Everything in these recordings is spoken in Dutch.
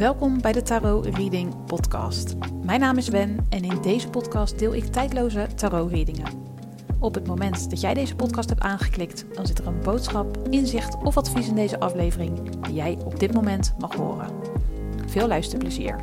Welkom bij de Tarot Reading Podcast. Mijn naam is Wen en in deze podcast deel ik tijdloze tarot readingen. Op het moment dat jij deze podcast hebt aangeklikt, dan zit er een boodschap, inzicht of advies in deze aflevering die jij op dit moment mag horen. Veel luisterplezier.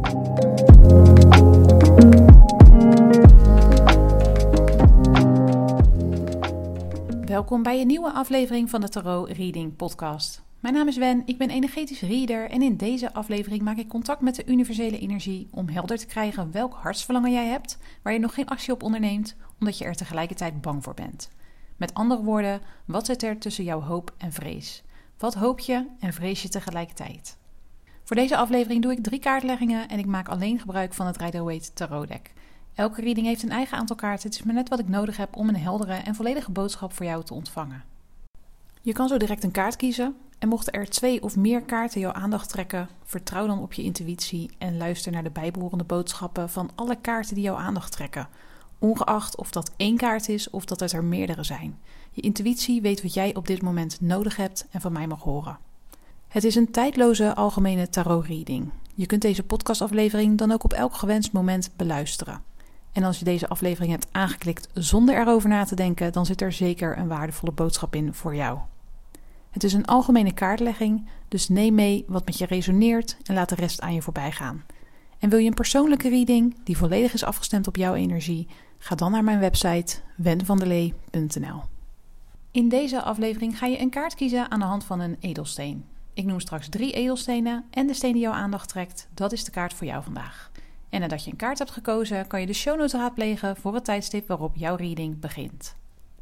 Welkom bij een nieuwe aflevering van de Tarot Reading Podcast. Mijn naam is Wen, ik ben energetisch reader en in deze aflevering maak ik contact met de universele energie om helder te krijgen welk hartsverlangen jij hebt, waar je nog geen actie op onderneemt, omdat je er tegelijkertijd bang voor bent. Met andere woorden, wat zit er tussen jouw hoop en vrees? Wat hoop je en vrees je tegelijkertijd? Voor deze aflevering doe ik 3 kaartleggingen en ik maak alleen gebruik van het Rider-Waite Tarot Deck. Elke reading heeft een eigen aantal kaarten, het is maar net wat ik nodig heb om een heldere en volledige boodschap voor jou te ontvangen. Je kan zo direct een kaart kiezen en mochten er 2 of meer kaarten jouw aandacht trekken, vertrouw dan op je intuïtie en luister naar de bijbehorende boodschappen van alle kaarten die jouw aandacht trekken. Ongeacht of dat 1 kaart is of dat het er meerdere zijn. Je intuïtie weet wat jij op dit moment nodig hebt en van mij mag horen. Het is een tijdloze algemene tarot reading. Je kunt deze podcastaflevering dan ook op elk gewenst moment beluisteren. En als je deze aflevering hebt aangeklikt zonder erover na te denken, dan zit er zeker een waardevolle boodschap in voor jou. Het is een algemene kaartlegging, dus neem mee wat met je resoneert en laat de rest aan je voorbij gaan. En wil je een persoonlijke reading die volledig is afgestemd op jouw energie, ga dan naar mijn website wenvandelee.nl. In deze aflevering ga je een kaart kiezen aan de hand van een edelsteen. Ik noem straks 3 edelstenen en de steen die jouw aandacht trekt, dat is de kaart voor jou vandaag. En nadat je een kaart hebt gekozen, kan je de show notes raadplegen voor het tijdstip waarop jouw reading begint.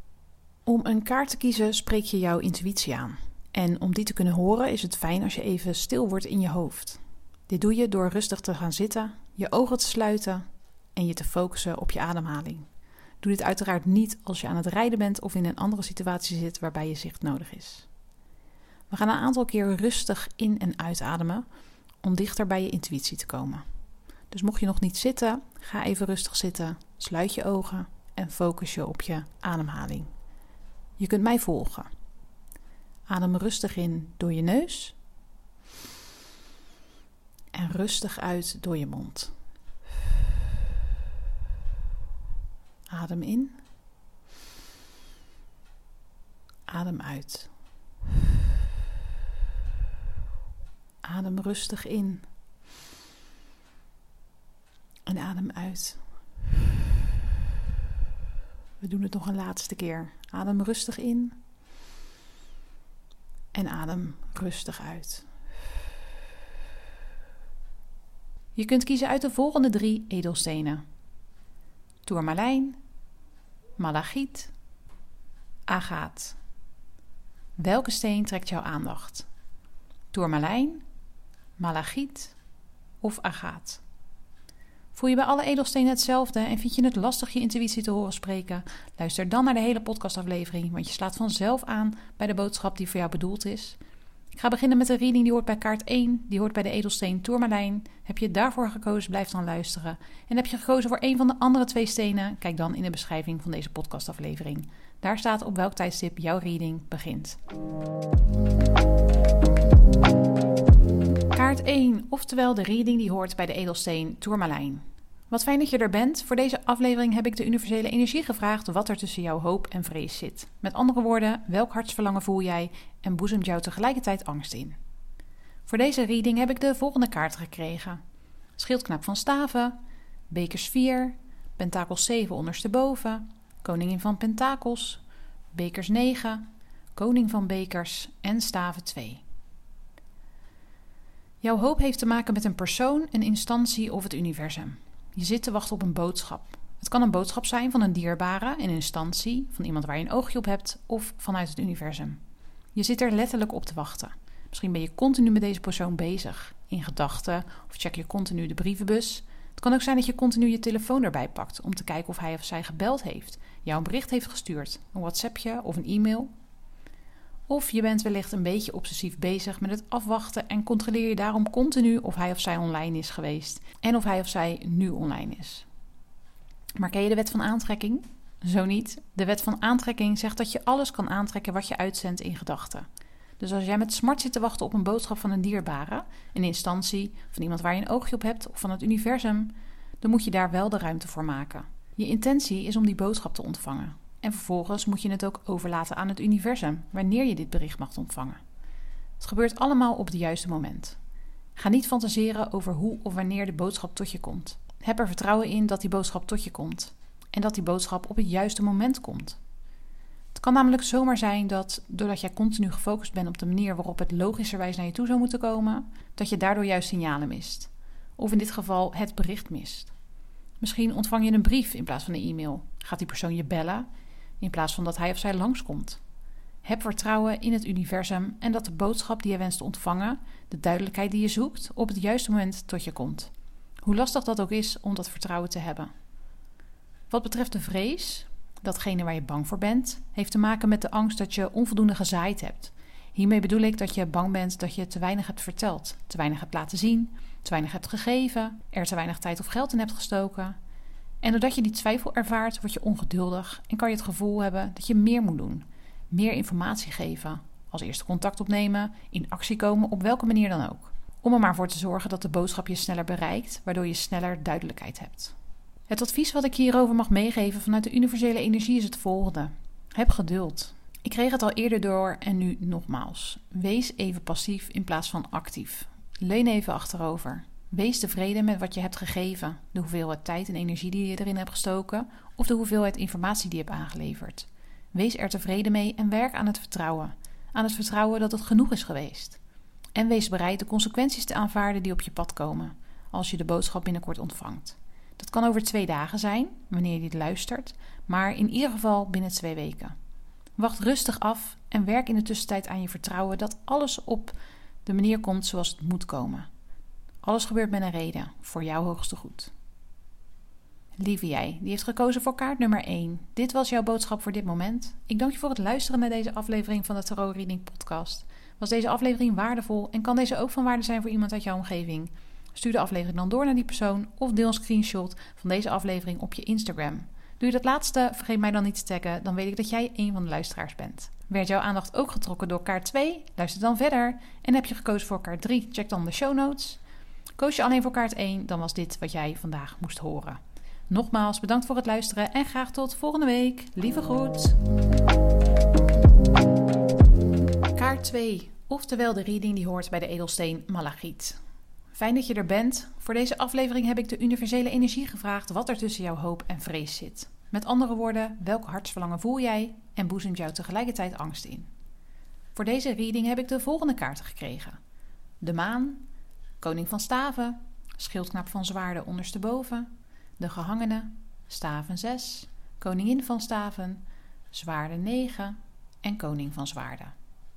Om een kaart te kiezen spreek je jouw intuïtie aan. En om die te kunnen horen is het fijn als je even stil wordt in je hoofd. Dit doe je door rustig te gaan zitten, je ogen te sluiten en je te focussen op je ademhaling. Doe dit uiteraard niet als je aan het rijden bent of in een andere situatie zit waarbij je zicht nodig is. We gaan een aantal keer rustig in- en uitademen om dichter bij je intuïtie te komen. Dus mocht je nog niet zitten, ga even rustig zitten, sluit je ogen en focus je op je ademhaling. Je kunt mij volgen. Adem rustig in door je neus en rustig uit door je mond. Adem in. Adem uit. Adem rustig in. En adem uit. We doen het nog een laatste keer. Adem rustig in. En adem rustig uit. Je kunt kiezen uit de volgende 3 edelstenen. Tourmalijn, malachiet, agaat. Welke steen trekt jouw aandacht? Tourmalijn, malachiet of agaat? Voel je bij alle edelstenen hetzelfde en vind je het lastig je intuïtie te horen spreken? Luister dan naar de hele podcastaflevering, want je slaat vanzelf aan bij de boodschap die voor jou bedoeld is. Ik ga beginnen met een reading die hoort bij kaart 1, die hoort bij de edelsteen tourmalijn. Heb je daarvoor gekozen, blijf dan luisteren. En heb je gekozen voor een van de andere 2 stenen, kijk dan in de beschrijving van deze podcastaflevering. Daar staat op welk tijdstip jouw reading begint. Kaart 1, oftewel de reading die hoort bij de edelsteen tourmalijn. Wat fijn dat je er bent. Voor deze aflevering heb ik de universele energie gevraagd wat er tussen jouw hoop en vrees zit. Met andere woorden, welk hartsverlangen voel jij en boezemt jou tegelijkertijd angst in? Voor deze reading heb ik de volgende kaarten gekregen. Schildknaap van staven, bekers 4, pentakels 7 ondersteboven, koningin van pentakels, bekers 9, koning van bekers en staven 2. Jouw hoop heeft te maken met een persoon, een instantie of het universum. Je zit te wachten op een boodschap. Het kan een boodschap zijn van een dierbare, een instantie, van iemand waar je een oogje op hebt of vanuit het universum. Je zit er letterlijk op te wachten. Misschien ben je continu met deze persoon bezig, in gedachten of check je continu de brievenbus. Het kan ook zijn dat je continu je telefoon erbij pakt om te kijken of hij of zij gebeld heeft, jou een bericht heeft gestuurd, een WhatsAppje of een e-mail. Of je bent wellicht een beetje obsessief bezig met het afwachten en controleer je daarom continu of hij of zij online is geweest en of hij of zij nu online is. Maar ken je de wet van aantrekking? Zo niet. De wet van aantrekking zegt dat je alles kan aantrekken wat je uitzendt in gedachten. Dus als jij met smart zit te wachten op een boodschap van een dierbare, een instantie, van iemand waar je een oogje op hebt of van het universum, dan moet je daar wel de ruimte voor maken. Je intentie is om die boodschap te ontvangen. En vervolgens moet je het ook overlaten aan het universum, wanneer je dit bericht mag ontvangen. Het gebeurt allemaal op het juiste moment. Ga niet fantaseren over hoe of wanneer de boodschap tot je komt. Heb er vertrouwen in dat die boodschap tot je komt. En dat die boodschap op het juiste moment komt. Het kan namelijk zomaar zijn dat, doordat jij continu gefocust bent op de manier waarop het logischerwijs naar je toe zou moeten komen, dat je daardoor juist signalen mist. Of in dit geval het bericht mist. Misschien ontvang je een brief in plaats van een e-mail. Gaat die persoon je bellen in plaats van dat hij of zij langskomt. Heb vertrouwen in het universum en dat de boodschap die je wenst te ontvangen, de duidelijkheid die je zoekt, op het juiste moment tot je komt. Hoe lastig dat ook is om dat vertrouwen te hebben. Wat betreft de vrees, datgene waar je bang voor bent, heeft te maken met de angst dat je onvoldoende gezaaid hebt. Hiermee bedoel ik dat je bang bent dat je te weinig hebt verteld, te weinig hebt laten zien, te weinig hebt gegeven, er te weinig tijd of geld in hebt gestoken. En doordat je die twijfel ervaart, word je ongeduldig en kan je het gevoel hebben dat je meer moet doen. Meer informatie geven, als eerste contact opnemen, in actie komen, op welke manier dan ook. Om er maar voor te zorgen dat de boodschap je sneller bereikt, waardoor je sneller duidelijkheid hebt. Het advies wat ik hierover mag meegeven vanuit de universele energie is het volgende. Heb geduld. Ik kreeg het al eerder door en nu nogmaals. Wees even passief in plaats van actief. Leun even achterover. Wees tevreden met wat je hebt gegeven. De hoeveelheid tijd en energie die je erin hebt gestoken of de hoeveelheid informatie die je hebt aangeleverd. Wees er tevreden mee en werk aan het vertrouwen. Aan het vertrouwen dat het genoeg is geweest. En wees bereid de consequenties te aanvaarden die op je pad komen, als je de boodschap binnenkort ontvangt. Dat kan over 2 dagen zijn, wanneer je dit luistert, maar in ieder geval binnen 2 weken. Wacht rustig af en werk in de tussentijd aan je vertrouwen dat alles op de manier komt zoals het moet komen. Alles gebeurt met een reden, voor jouw hoogste goed. Lieve jij, die heeft gekozen voor kaart nummer 1. Dit was jouw boodschap voor dit moment. Ik dank je voor het luisteren naar deze aflevering van de Tarot Reading Podcast. Was deze aflevering waardevol en kan deze ook van waarde zijn voor iemand uit jouw omgeving? Stuur de aflevering dan door naar die persoon of deel een screenshot van deze aflevering op je Instagram. Doe je dat laatste, vergeet mij dan niet te taggen, dan weet ik dat jij een van de luisteraars bent. Werd jouw aandacht ook getrokken door kaart 2? Luister dan verder. En heb je gekozen voor kaart 3? Check dan de show notes. Koos je alleen voor kaart 1, dan was dit wat jij vandaag moest horen. Nogmaals, bedankt voor het luisteren en graag tot volgende week. Lieve groet. Kaart 2, oftewel de reading die hoort bij de edelsteen malachiet. Fijn dat je er bent. Voor deze aflevering heb ik de universele energie gevraagd wat er tussen jouw hoop en vrees zit. Met andere woorden, welk hartsverlangen voel jij en boezemt jou tegelijkertijd angst in? Voor deze reading heb ik de volgende kaarten gekregen. De maan, koning van staven, schildknap van zwaarden ondersteboven, de gehangene, staven 6, koningin van staven, zwaarden 9 en koning van zwaarden.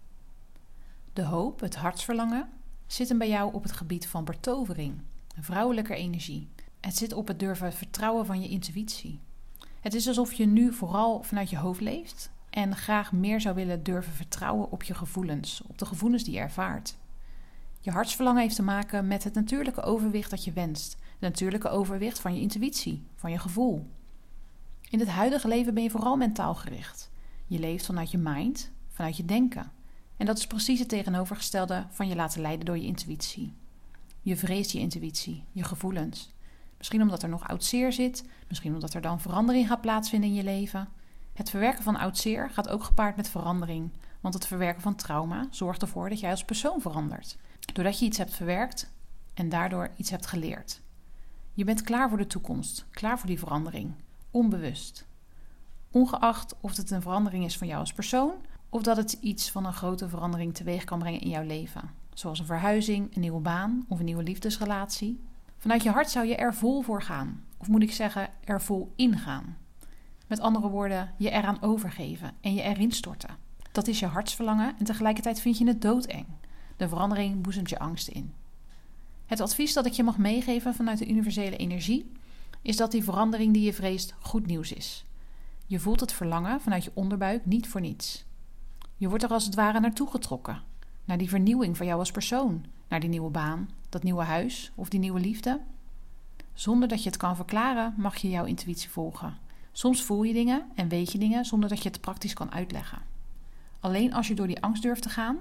De hoop, het hartsverlangen, zit hem bij jou op het gebied van betovering, vrouwelijke energie. Het zit op het durven vertrouwen van je intuïtie. Het is alsof je nu vooral vanuit je hoofd leeft en graag meer zou willen durven vertrouwen op je gevoelens, op de gevoelens die je ervaart. Je hartsverlangen heeft te maken met het natuurlijke overwicht dat je wenst, het natuurlijke overwicht van je intuïtie, van je gevoel. In het huidige leven ben je vooral mentaal gericht. Je leeft vanuit je mind, vanuit je denken. En dat is precies het tegenovergestelde van je laten leiden door je intuïtie. Je vreest je intuïtie, je gevoelens. Misschien omdat er nog oud zeer zit, misschien omdat er dan verandering gaat plaatsvinden in je leven. Het verwerken van oud zeer gaat ook gepaard met verandering, want het verwerken van trauma zorgt ervoor dat jij als persoon verandert. Doordat je iets hebt verwerkt en daardoor iets hebt geleerd. Je bent klaar voor de toekomst, klaar voor die verandering, onbewust. Ongeacht of het een verandering is van jou als persoon of dat het iets van een grote verandering teweeg kan brengen in jouw leven. Zoals een verhuizing, een nieuwe baan of een nieuwe liefdesrelatie. Vanuit je hart zou je er vol voor gaan. Of moet ik zeggen, er vol ingaan. Met andere woorden, je eraan overgeven en je erin storten. Dat is je hartsverlangen en tegelijkertijd vind je het doodeng. De verandering boezemt je angst in. Het advies dat ik je mag meegeven vanuit de universele energie is dat die verandering die je vreest goed nieuws is. Je voelt het verlangen vanuit je onderbuik niet voor niets. Je wordt er als het ware naartoe getrokken. Naar die vernieuwing van jou als persoon. Naar die nieuwe baan, dat nieuwe huis of die nieuwe liefde. Zonder dat je het kan verklaren, mag je jouw intuïtie volgen. Soms voel je dingen en weet je dingen zonder dat je het praktisch kan uitleggen. Alleen als je door die angst durft te gaan,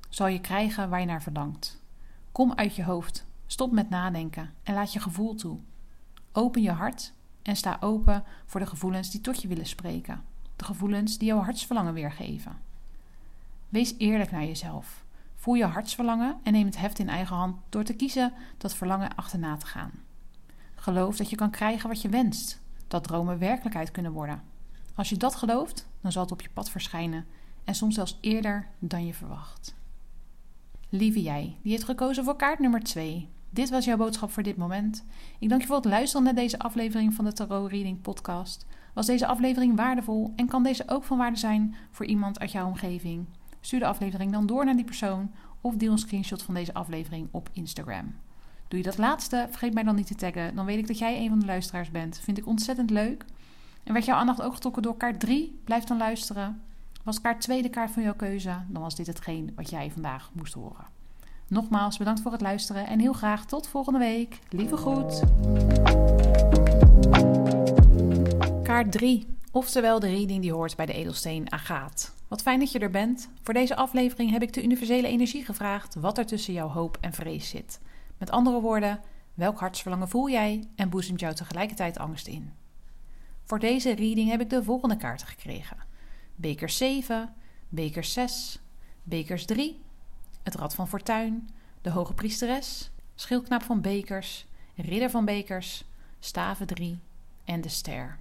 zal je krijgen waar je naar verlangt. Kom uit je hoofd, stop met nadenken en laat je gevoel toe. Open je hart en sta open voor de gevoelens die tot je willen spreken. De gevoelens die jouw hartsverlangen weergeven. Wees eerlijk naar jezelf. Voel je hartsverlangen en neem het heft in eigen hand door te kiezen dat verlangen achterna te gaan. Geloof dat je kan krijgen wat je wenst, dat dromen werkelijkheid kunnen worden. Als je dat gelooft, dan zal het op je pad verschijnen en soms zelfs eerder dan je verwacht. Lieve jij, die heeft gekozen voor kaart nummer 2. Dit was jouw boodschap voor dit moment. Ik dank je voor het luisteren naar deze aflevering van de Tarot Reading Podcast. Was deze aflevering waardevol en kan deze ook van waarde zijn voor iemand uit jouw omgeving? Stuur de aflevering dan door naar die persoon of deel een screenshot van deze aflevering op Instagram. Doe je dat laatste, vergeet mij dan niet te taggen. Dan weet ik dat jij een van de luisteraars bent. Vind ik ontzettend leuk. En werd jouw aandacht ook getrokken door kaart 3? Blijf dan luisteren. Was kaart 2 de kaart van jouw keuze? Dan was dit hetgeen wat jij vandaag moest horen. Nogmaals, bedankt voor het luisteren en heel graag tot volgende week. Lieve groet. Kaart 3, oftewel de reading die hoort bij de edelsteen agaat. Wat fijn dat je er bent. Voor deze aflevering heb ik de universele energie gevraagd wat er tussen jouw hoop en vrees zit. Met andere woorden, welk hartsverlangen voel jij en boezemt jou tegelijkertijd angst in? Voor deze reading heb ik de volgende kaarten gekregen. Bekers 7, bekers 6, bekers 3, het rad van fortuin, de hoge priesteres, schildknaap van bekers, ridder van bekers, staven 3 en de ster.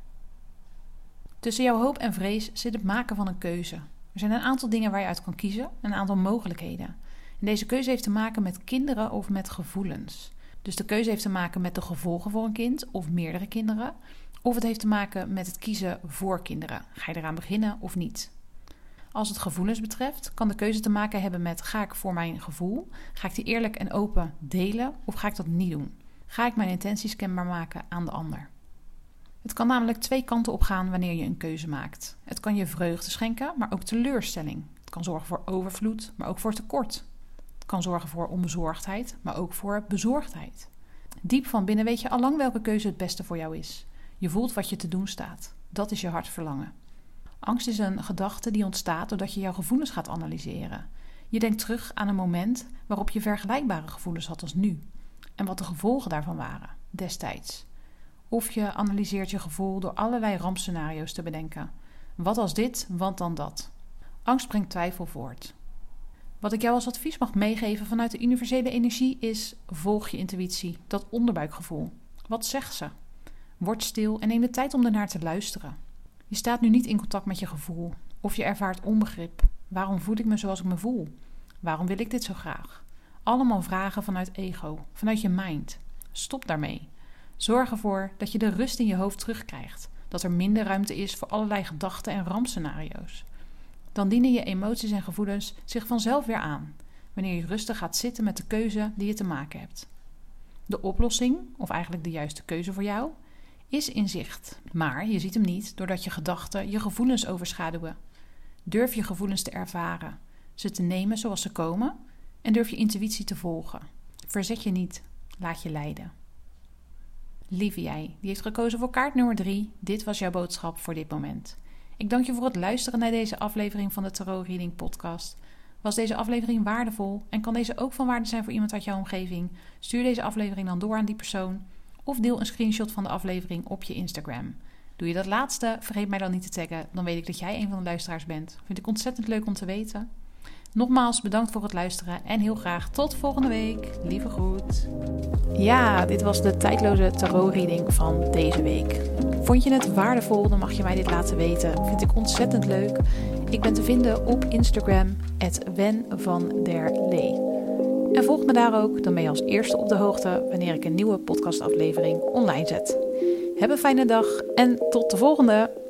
Tussen jouw hoop en vrees zit het maken van een keuze. Er zijn een aantal dingen waar je uit kan kiezen, een aantal mogelijkheden. En deze keuze heeft te maken met kinderen of met gevoelens. Dus de keuze heeft te maken met de gevolgen voor een kind of meerdere kinderen. Of het heeft te maken met het kiezen voor kinderen. Ga je eraan beginnen of niet? Als het gevoelens betreft, kan de keuze te maken hebben met: ga ik voor mijn gevoel? Ga ik die eerlijk en open delen of ga ik dat niet doen? Ga ik mijn intenties kenbaar maken aan de ander? Het kan namelijk 2 kanten op gaan wanneer je een keuze maakt. Het kan je vreugde schenken, maar ook teleurstelling. Het kan zorgen voor overvloed, maar ook voor tekort. Het kan zorgen voor onbezorgdheid, maar ook voor bezorgdheid. Diep van binnen weet je allang welke keuze het beste voor jou is. Je voelt wat je te doen staat. Dat is je hartverlangen. Angst is een gedachte die ontstaat doordat je jouw gevoelens gaat analyseren. Je denkt terug aan een moment waarop je vergelijkbare gevoelens had als nu. En wat de gevolgen daarvan waren, destijds. Of je analyseert je gevoel door allerlei rampscenario's te bedenken. Wat als dit, wat dan dat? Angst brengt twijfel voort. Wat ik jou als advies mag meegeven vanuit de universele energie is: volg je intuïtie, dat onderbuikgevoel. Wat zegt ze? Word stil en neem de tijd om ernaar te luisteren. Je staat nu niet in contact met je gevoel of je ervaart onbegrip. Waarom voel ik me zoals ik me voel? Waarom wil ik dit zo graag? Allemaal vragen vanuit ego, vanuit je mind. Stop daarmee. Zorg ervoor dat je de rust in je hoofd terugkrijgt. Dat er minder ruimte is voor allerlei gedachten en rampscenario's. Dan dienen je emoties en gevoelens zich vanzelf weer aan, wanneer je rustig gaat zitten met de keuze die je te maken hebt. De oplossing, of eigenlijk de juiste keuze voor jou, is in zicht. Maar je ziet hem niet doordat je gedachten je gevoelens overschaduwen. Durf je gevoelens te ervaren, ze te nemen zoals ze komen en durf je intuïtie te volgen. Verzet je niet, laat je leiden. Lieve jij, die heeft gekozen voor kaart nummer 3. Dit was jouw boodschap voor dit moment. Ik dank je voor het luisteren naar deze aflevering van de Tarot Reading Podcast. Was deze aflevering waardevol en kan deze ook van waarde zijn voor iemand uit jouw omgeving? Stuur deze aflevering dan door aan die persoon of deel een screenshot van de aflevering op je Instagram. Doe je dat laatste, vergeet mij dan niet te taggen. Dan weet ik dat jij een van de luisteraars bent. Vind ik ontzettend leuk om te weten. Nogmaals bedankt voor het luisteren en heel graag tot volgende week. Lieve groet. Ja, dit was de tijdloze tarot reading van deze week. Vond je het waardevol, dan mag je mij dit laten weten. Vind ik ontzettend leuk. Ik ben te vinden op Instagram @wenvanderlee. En volg me daar ook, dan ben je als eerste op de hoogte wanneer ik een nieuwe podcastaflevering online zet. Heb een fijne dag en tot de volgende!